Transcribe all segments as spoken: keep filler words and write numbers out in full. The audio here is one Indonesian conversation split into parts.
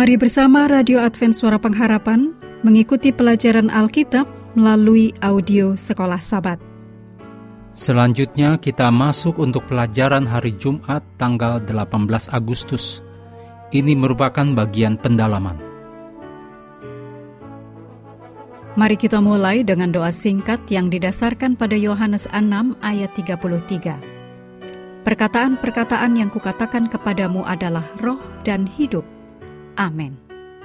Mari bersama Radio Advent Suara Pengharapan mengikuti pelajaran Alkitab melalui audio Sekolah Sabat. Selanjutnya kita masuk untuk pelajaran hari Jumat tanggal delapan belas Agustus. Ini merupakan bagian pendalaman. Mari kita mulai dengan doa singkat yang didasarkan pada Yohanes enam ayat tiga puluh tiga. Perkataan-perkataan yang kukatakan kepadamu adalah roh dan hidup. Amin.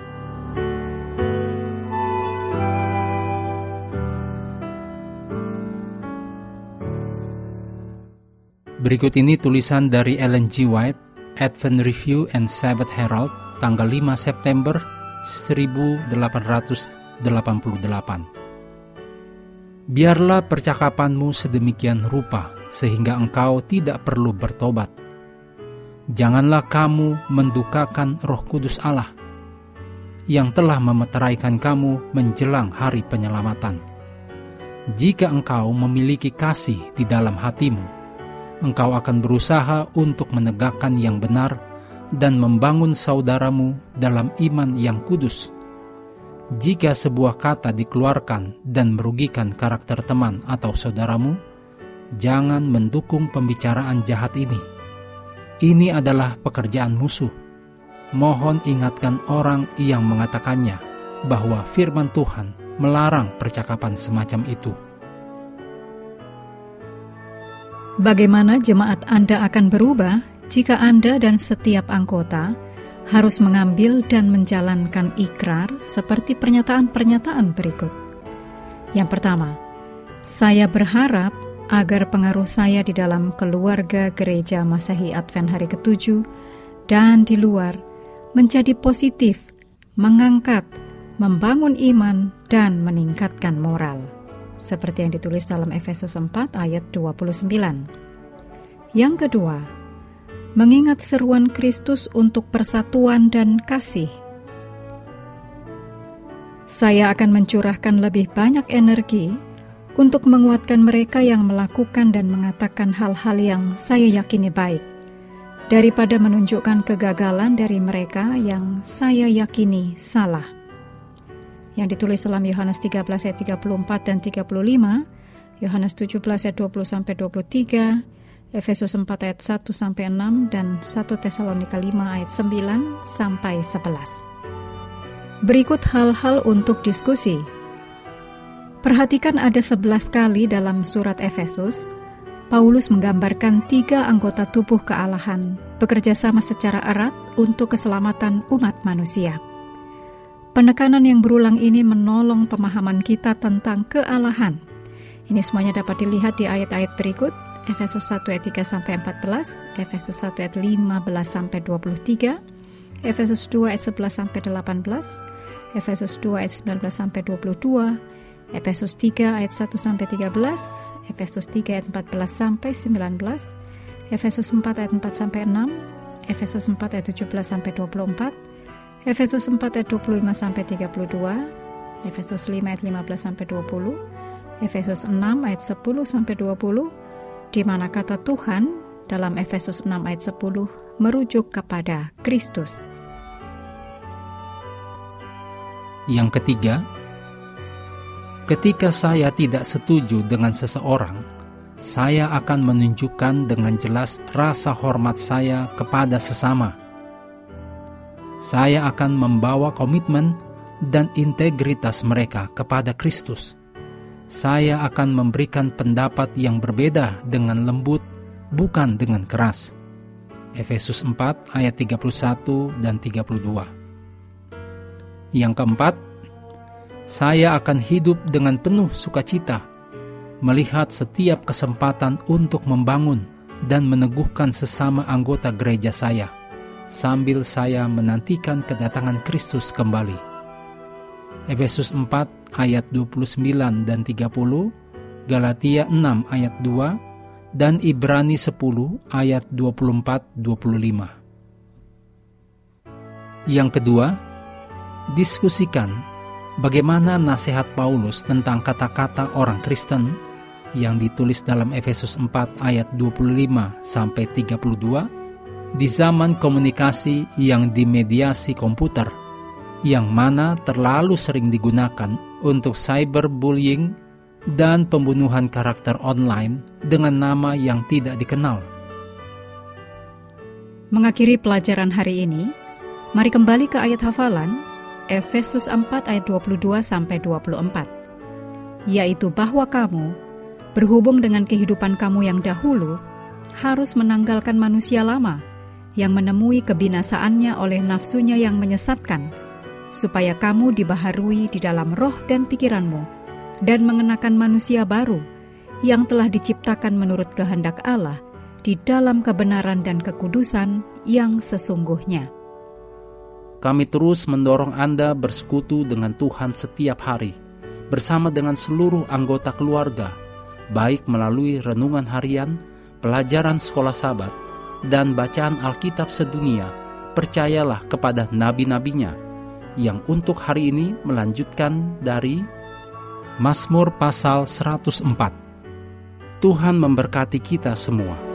Berikut ini tulisan dari Ellen G. White, Advent Review and Sabbath Herald, tanggal lima September seribu delapan ratus delapan puluh delapan. Biarlah percakapanmu sedemikian rupa, sehingga engkau tidak perlu bertobat. Janganlah kamu mendukakan Roh Kudus Allah, yang telah memeteraikan kamu menjelang hari penyelamatan. Jika engkau memiliki kasih di dalam hatimu, engkau akan berusaha untuk menegakkan yang benar dan membangun saudaramu dalam iman yang kudus. Jika sebuah kata dikeluarkan dan merugikan karakter teman atau saudaramu, jangan mendukung pembicaraan jahat ini. Ini adalah pekerjaan musuh. Mohon ingatkan orang yang mengatakannya bahwa firman Tuhan melarang percakapan semacam itu. Bagaimana jemaat Anda akan berubah jika Anda dan setiap anggota harus mengambil dan menjalankan ikrar seperti pernyataan-pernyataan berikut? Yang pertama, saya berharap agar pengaruh saya di dalam keluarga gereja Masehi Advent hari ketujuh dan di luar menjadi positif, mengangkat, membangun iman, dan meningkatkan moral. Seperti yang ditulis dalam Efesus empat ayat dua puluh sembilan. Yang kedua, mengingat seruan Kristus untuk persatuan dan kasih. Saya akan mencurahkan lebih banyak energi untuk menguatkan mereka yang melakukan dan mengatakan hal-hal yang saya yakini baik, daripada menunjukkan kegagalan dari mereka yang saya yakini salah. Yang ditulis dalam Yohanes tiga belas ayat tiga puluh empat dan tiga puluh lima, Yohanes tujuh belas ayat dua puluh sampai dua puluh tiga, Efesus empat ayat satu sampai enam, dan satu Tesalonika lima ayat sembilan sampai sebelas. Berikut hal-hal untuk diskusi. Perhatikan ada sebelas kali dalam surat Efesus, Paulus menggambarkan tiga anggota tubuh kealahan bekerja sama secara erat untuk keselamatan umat manusia. Penekanan yang berulang ini menolong pemahaman kita tentang kealahan. Ini semuanya dapat dilihat di ayat-ayat berikut, Efesus satu ayat tiga sampai empat belas, Efesus satu ayat lima belas sampai dua puluh tiga, Efesus dua ayat sebelas sampai delapan belas, Efesus dua ayat sembilan belas sampai dua puluh dua, Efesus tiga ayat satu sampai tiga belas, Efesus tiga ayat empat belas sampai sembilan belas, Efesus empat ayat empat sampai enam, Efesus empat ayat tujuh belas sampai dua puluh empat, Efesus empat ayat dua puluh lima sampai tiga puluh dua, Efesus lima ayat lima belas sampai dua puluh, Efesus enam ayat sepuluh sampai dua puluh, di mana kata Tuhan dalam Efesus enam ayat sepuluh merujuk kepada Kristus. Yang ketiga, ketika saya tidak setuju dengan seseorang, saya akan menunjukkan dengan jelas rasa hormat saya kepada sesama. Saya akan membawa komitmen dan integritas mereka kepada Kristus. Saya akan memberikan pendapat yang berbeda dengan lembut, bukan dengan keras. Efesus empat ayat tiga puluh satu dan tiga puluh dua. Yang keempat, saya akan hidup dengan penuh sukacita, melihat setiap kesempatan untuk membangun dan meneguhkan sesama anggota gereja saya, sambil saya menantikan kedatangan Kristus kembali. Efesus empat ayat dua puluh sembilan dan tiga puluh, Galatia enam ayat dua, dan Ibrani sepuluh ayat dua puluh empat sampai dua puluh lima. Yang kedua, diskusikan bagaimana nasihat Paulus tentang kata-kata orang Kristen yang ditulis dalam Efesus empat ayat dua puluh lima sampai tiga puluh dua di zaman komunikasi yang dimediasi komputer yang mana terlalu sering digunakan untuk cyberbullying dan pembunuhan karakter online dengan nama yang tidak dikenal. Mengakhiri pelajaran hari ini, mari kembali ke ayat hafalan Efesus empat ayat dua puluh dua sampai dua puluh empat, yaitu bahwa kamu, berhubung dengan kehidupan kamu yang dahulu, harus menanggalkan manusia lama yang menemui kebinasaannya oleh nafsunya yang menyesatkan, supaya kamu dibaharui di dalam roh dan pikiranmu, dan mengenakan manusia baru yang telah diciptakan menurut kehendak Allah di dalam kebenaran dan kekudusan yang sesungguhnya. Kami terus mendorong Anda bersekutu dengan Tuhan setiap hari, bersama dengan seluruh anggota keluarga, baik melalui renungan harian, pelajaran sekolah Sabat, dan bacaan Alkitab sedunia. Percayalah kepada nabi-nabinya, yang untuk hari ini melanjutkan dari Mazmur pasal seratus empat. Tuhan memberkati kita semua.